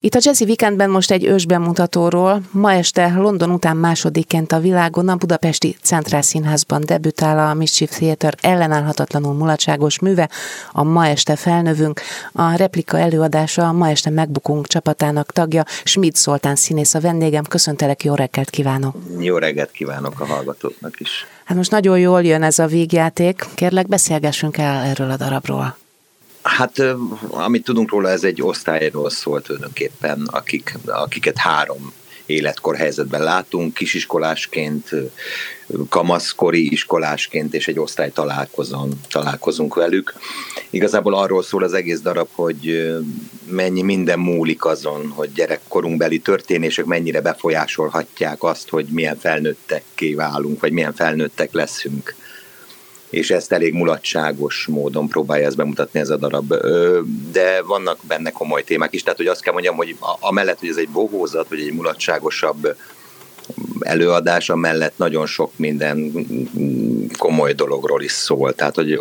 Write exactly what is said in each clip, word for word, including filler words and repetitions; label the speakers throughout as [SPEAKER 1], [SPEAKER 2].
[SPEAKER 1] Itt a Jazzy Weekendben most egy ősbemutatóról. Ma este London után másodikként a világon a budapesti Centrál Színházban debütál a Mischief Theatre ellenállhatatlanul mulatságos műve, a Ma este felnövünk. A replika előadása a Ma este megbukunk csapatának tagja, Schmid Zoltán színész a vendégem. Köszöntelek, jó reggelt kívánok!
[SPEAKER 2] Jó reggelt kívánok a hallgatóknak is!
[SPEAKER 1] Hát most nagyon jól jön ez a vígjáték. Kérlek, beszélgessünk el erről a darabról.
[SPEAKER 2] Hát, amit tudunk róla, ez egy osztályról szól tulajdonképpen, akik, akiket három életkor helyzetben látunk, kisiskolásként, kamaszkori iskolásként, és egy osztály találkozón, találkozunk velük. Igazából arról szól az egész darab, hogy mennyi minden múlik azon, hogy gyerekkorunkbeli történések mennyire befolyásolhatják azt, hogy milyen felnőttekké válunk, vagy milyen felnőttek leszünk. És ezt elég mulatságos módon próbálja ezt bemutatni ez a darab. De vannak benne komoly témák is, tehát hogy azt kell mondjam, hogy amellett, hogy ez egy bohózat, vagy egy mulatságosabb előadás, amellett nagyon sok minden komoly dologról is szól. Tehát, hogy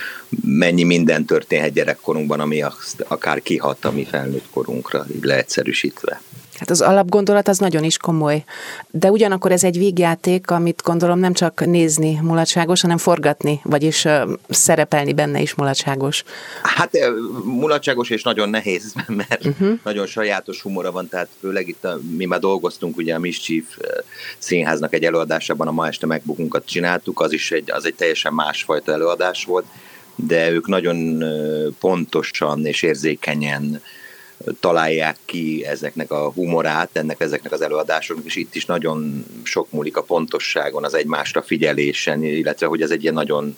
[SPEAKER 2] mennyi minden történhet gyerekkorunkban, ami akár kihat a mi felnőtt korunkra, így leegyszerűsítve.
[SPEAKER 1] Hát az alapgondolat az nagyon is komoly, de ugyanakkor ez egy vígjáték, amit gondolom nem csak nézni mulatságos, hanem forgatni, vagyis uh, szerepelni benne is mulatságos.
[SPEAKER 2] Hát mulatságos és nagyon nehéz, mert uh-huh. nagyon sajátos humora van, tehát főleg itt a, mi már dolgoztunk, ugye a Mischief Színháznak egy előadásában, a Ma este megbukunkat csináltuk, az is egy, az egy teljesen másfajta előadás volt, de ők nagyon pontosan és érzékenyen találják ki ezeknek a humorát, ennek ezeknek az előadásoknak, és itt is nagyon sok múlik a pontosságon, az egymásra figyelésen, illetve hogy ez egy ilyen nagyon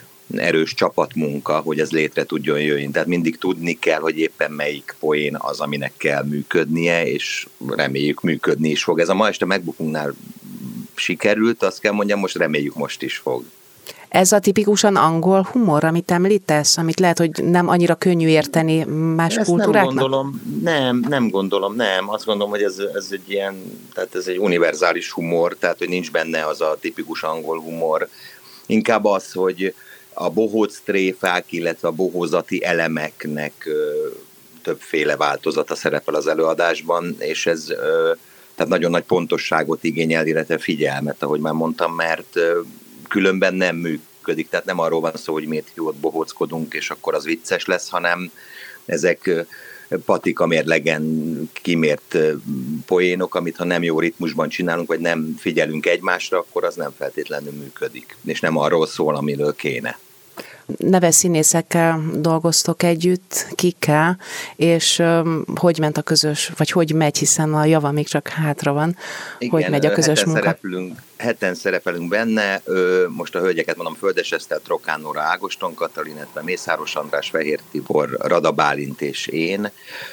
[SPEAKER 2] erős csapatmunka, hogy ez létre tudjon jönni. Tehát mindig tudni kell, hogy éppen melyik poén az, aminek kell működnie, és reméljük működni is fog. Ez a Ma este megbukunknál sikerült, azt kell mondjam, most reméljük most is fog.
[SPEAKER 1] Ez a tipikusan angol humor, amit említesz, amit lehet, hogy nem annyira könnyű érteni más
[SPEAKER 2] Ezt
[SPEAKER 1] kultúráknak?
[SPEAKER 2] nem gondolom, nem, nem gondolom, nem. Azt gondolom, hogy ez, ez egy ilyen, tehát ez egy univerzális humor, tehát hogy nincs benne az a tipikus angol humor. Inkább az, hogy a bohóc tréfák, illetve a bohózati elemeknek ö, többféle változata szerepel az előadásban, és ez ö, tehát nagyon nagy pontosságot igényel, illetve figyelmet, ahogy már mondtam, mert ö, különben nem működik, tehát nem arról van szó, hogy miért jót bohóckodunk, és akkor az vicces lesz, hanem ezek patika mérlegen kimért poénok, amit ha nem jó ritmusban csinálunk, vagy nem figyelünk egymásra, akkor az nem feltétlenül működik, és nem arról szól, amiről kéne.
[SPEAKER 1] Neves színészekkel dolgoztok együtt, kikkel, és um, hogy ment a közös, vagy hogy megy, hiszen a java még csak hátra van,
[SPEAKER 2] igen,
[SPEAKER 1] hogy megy a közös
[SPEAKER 2] heten
[SPEAKER 1] munka?
[SPEAKER 2] Szereplünk, heten szerepelünk benne, most a hölgyeket mondom, Földes Eszter, Trokán Nóra, Ágoston Katalin, illetve Mészáros András, Fehér Tibor, Rada Bálint és én.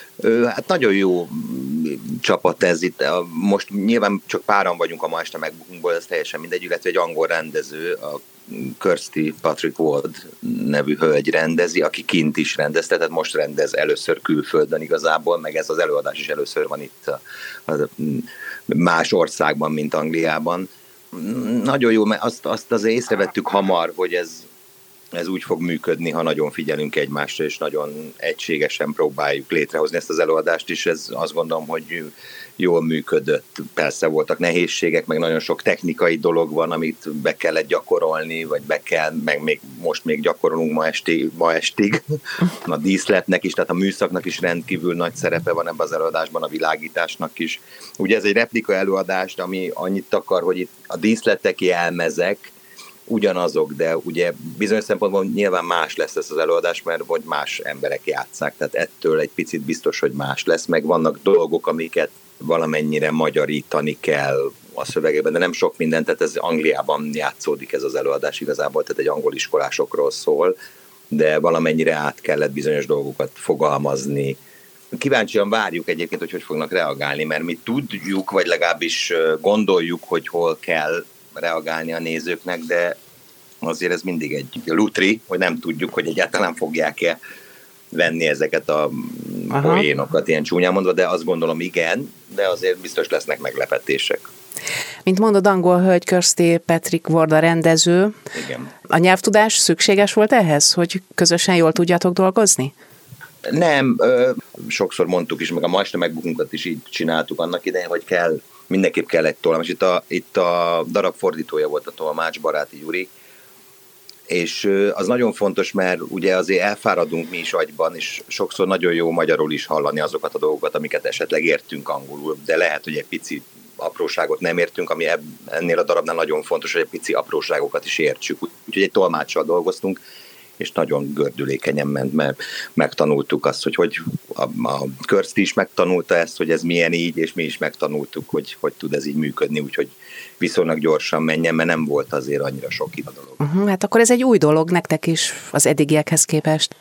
[SPEAKER 2] Hát nagyon jó csapat ez itt. Most nyilván csak páran vagyunk a Ma este megbukunkból, ez teljesen mindegy, illetve egy angol rendező, a Kirsty Patrick Ward nevű hölgy rendezi, aki kint is rendezte, tehát most rendez először külföldön igazából, meg ez az előadás is először van itt a, a más országban, mint Angliában. Nagyon jó, mert azt, azt azért észrevettük hamar, hogy ez ez úgy fog működni, ha nagyon figyelünk egymásra, és nagyon egységesen próbáljuk létrehozni ezt az előadást is. Ez azt gondolom, hogy jól működött. Persze voltak nehézségek, meg nagyon sok technikai dolog van, amit be kellett gyakorolni, vagy be kell, meg még, most még gyakorolunk ma, esti, ma estig. A díszletnek is, tehát a műszaknak is rendkívül nagy szerepe van ebben az előadásban, a világításnak is. Ugye ez egy replika előadás, ami annyit akar, hogy itt a díszletek, jelmezek, ugyanazok, de ugye bizonyos szempontból nyilván más lesz ez az előadás, mert hogy más emberek játsszák, tehát ettől egy picit biztos, hogy más lesz, meg vannak dolgok, amiket valamennyire magyarítani kell a szövegében, de nem sok mindent, tehát ez Angliában játszódik ez az előadás igazából, tehát egy angol iskolásokról szól, de valamennyire át kellett bizonyos dolgokat fogalmazni. Kíváncsian várjuk egyébként, hogy hogy fognak reagálni, mert mi tudjuk, vagy legalábbis gondoljuk, hogy hol kell reagálni a nézőknek, de azért ez mindig egy lutri, hogy nem tudjuk, hogy egyáltalán fogják-e venni ezeket a Aha. poénokat, ilyen csúnyán mondva, de azt gondolom igen, de azért biztos lesznek meglepetések.
[SPEAKER 1] Mint mondod, angol hölgy Kirsty Patrick Ward a rendező.
[SPEAKER 2] Igen.
[SPEAKER 1] A nyelvtudás szükséges volt ehhez, hogy közösen jól tudjátok dolgozni?
[SPEAKER 2] Nem, ö, sokszor mondtuk is, meg a Ma este megbukunkat is így csináltuk annak idején, hogy kell, mindenképp kell egy tolmács. Itt a, itt a darab fordítója volt a tolmács, Baráti Gyuri, és az nagyon fontos, mert ugye azért elfáradunk mi is agyban, és sokszor nagyon jó magyarul is hallani azokat a dolgokat, amiket esetleg értünk angolul, de lehet, hogy egy pici apróságot nem értünk, ami ennél a darabnál nagyon fontos, hogy egy pici apróságokat is értsük. Úgyhogy egy tolmáccsal dolgoztunk, és nagyon gördülékenyen ment, mert megtanultuk azt, hogy, hogy a, a Körszti is megtanulta ezt, hogy ez milyen így, és mi is megtanultuk, hogy hogy tud ez így működni, úgyhogy viszonylag gyorsan menjen, mert nem volt azért annyira sok itt a dolog.
[SPEAKER 1] Uh-huh, hát akkor ez egy új dolog nektek is az eddigiekhez képest.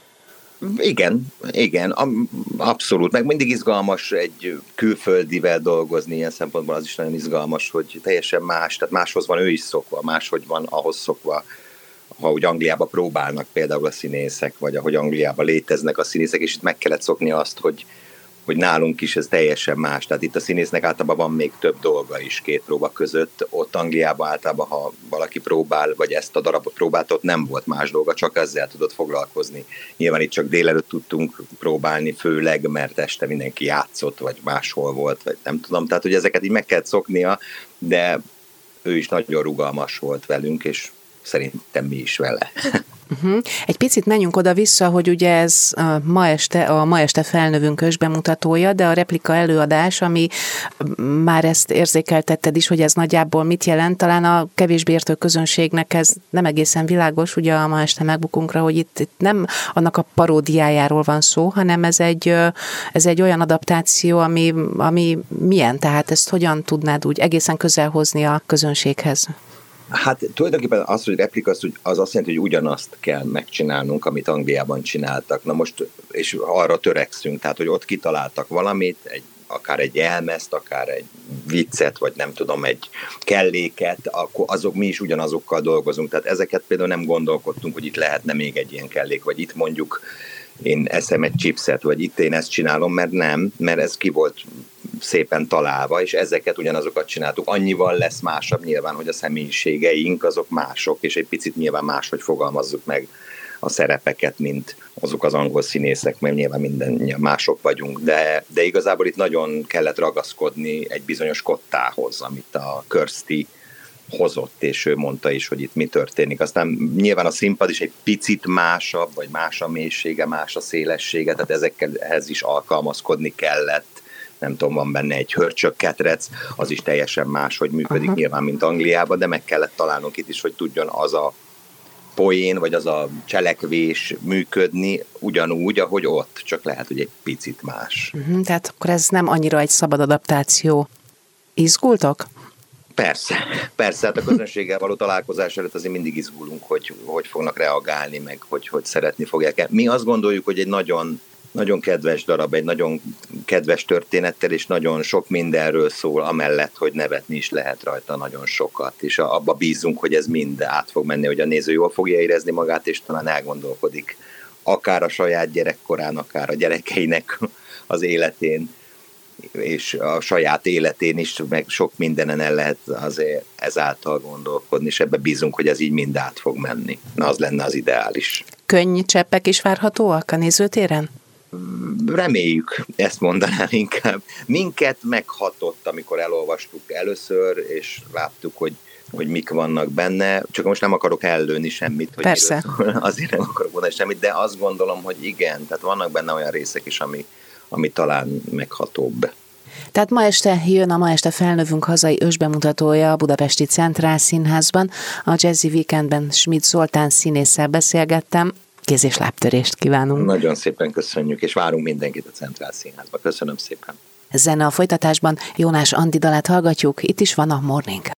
[SPEAKER 2] Igen, igen, abszolút, meg mindig izgalmas egy külföldivel dolgozni, ilyen szempontból az is nagyon izgalmas, hogy teljesen más, tehát máshoz van ő is szokva, máshogy van ahhoz szokva, ahogy Angliába próbálnak például a színészek, vagy ahogy Angliában léteznek a színészek, és itt meg kellett szokni azt, hogy, hogy nálunk is ez teljesen más. Tehát itt a színésznek általában van még több dolga is két próba között. Ott Angliában általában, ha valaki próbál, vagy ezt a darabot próbált, ott nem volt más dolga, csak ezzel tudott foglalkozni. Nyilván itt csak délelőtt tudtunk próbálni, főleg, mert este mindenki játszott, vagy máshol volt, vagy nem tudom. Tehát, hogy ezeket így meg kellett szoknia, de ő is nagyon rugalmas volt velünk, és szerintem mi is vele.
[SPEAKER 1] Uh-huh. Egy picit menjünk oda-vissza, hogy ugye ez a ma este, a Ma este felnövünk bemutatója, de a replika előadás, ami már ezt érzékeltetted is, hogy ez nagyjából mit jelent, talán a kevésbé értő közönségnek ez nem egészen világos, ugye a Ma este megbukunkra, hogy itt, itt nem annak a paródiájáról van szó, hanem ez egy, ez egy olyan adaptáció, ami, ami milyen, tehát ezt hogyan tudnád úgy egészen közel hozni a közönséghez?
[SPEAKER 2] Hát tulajdonképpen az, hogy replika, az, az azt jelenti, hogy ugyanazt kell megcsinálnunk, amit Angliában csináltak. Na most, és arra törekszünk, tehát, hogy ott kitaláltak valamit, egy, akár egy elmezt, akár egy viccet, vagy nem tudom, egy kelléket, akkor azok, mi is ugyanazokkal dolgozunk. Tehát ezeket például nem gondolkodtunk, hogy itt lehetne még egy ilyen kellék, vagy itt mondjuk én eszem egy chipset, vagy itt én ezt csinálom, mert nem, mert ez ki volt szépen találva, és ezeket ugyanazokat csináltuk. Annyival lesz másabb nyilván, hogy a személyiségeink azok mások, és egy picit nyilván máshogy fogalmazzuk meg a szerepeket, mint azok az angol színészek, mert nyilván minden mások vagyunk, de, de igazából itt nagyon kellett ragaszkodni egy bizonyos kottához, amit a Körszti hozott, és ő mondta is, hogy itt mi történik. Aztán nyilván a színpad is egy picit másabb, vagy más a mélysége, más a szélessége, tehát ezekhez is alkalmazkodni kellett. Nem tudom, van benne egy hörcsökketrec, az is teljesen más, hogy működik uh-huh. nyilván, mint Angliában, de meg kellett találnunk itt is, hogy tudjon az a poén, vagy az a cselekvés működni ugyanúgy, ahogy ott, csak lehet, hogy egy picit más.
[SPEAKER 1] Uh-huh, tehát akkor ez nem annyira egy szabad adaptáció. Izgultok?
[SPEAKER 2] Persze, persze, hát a közönséggel való találkozás előtt azért mindig izgulunk, hogy hogy fognak reagálni, meg hogy, hogy szeretni fogják. Mi azt gondoljuk, hogy egy nagyon, nagyon kedves darab, egy nagyon kedves történettel, és nagyon sok mindenről szól, amellett, hogy nevetni is lehet rajta nagyon sokat, és abba bízunk, hogy ez mind át fog menni, hogy a néző jól fogja érezni magát, és talán elgondolkodik akár a saját gyerekkorán, akár a gyerekeinek az életén, és a saját életén is, meg sok mindenen el lehet azért ezáltal gondolkodni, és ebbe bízunk, hogy ez így mind át fog menni. Na, az lenne az ideális.
[SPEAKER 1] Könnyű cseppek is várhatóak a nézőtéren?
[SPEAKER 2] Reméljük, ezt mondanám inkább. Minket meghatott, amikor elolvastuk először, és láttuk, hogy, hogy mik vannak benne. Csak most nem akarok ellőni semmit, hogy
[SPEAKER 1] persze.
[SPEAKER 2] Azért nem akarok mondani semmit, de azt gondolom, hogy igen, tehát vannak benne olyan részek is, ami ami talán meghatóbb.
[SPEAKER 1] Tehát ma este jön a Ma este felnövünk hazai ősbemutatója a Budapesti Centrál Színházban. A Jazzy Weekendben Schmidt Zoltán színésszel beszélgettem. Kéz- és lábtörést kívánunk.
[SPEAKER 2] Nagyon szépen köszönjük, és várunk mindenkit a Centrál Színházba. Köszönöm szépen.
[SPEAKER 1] Zene a folytatásban Jónás Andi dalát hallgatjuk, itt is van a Morning.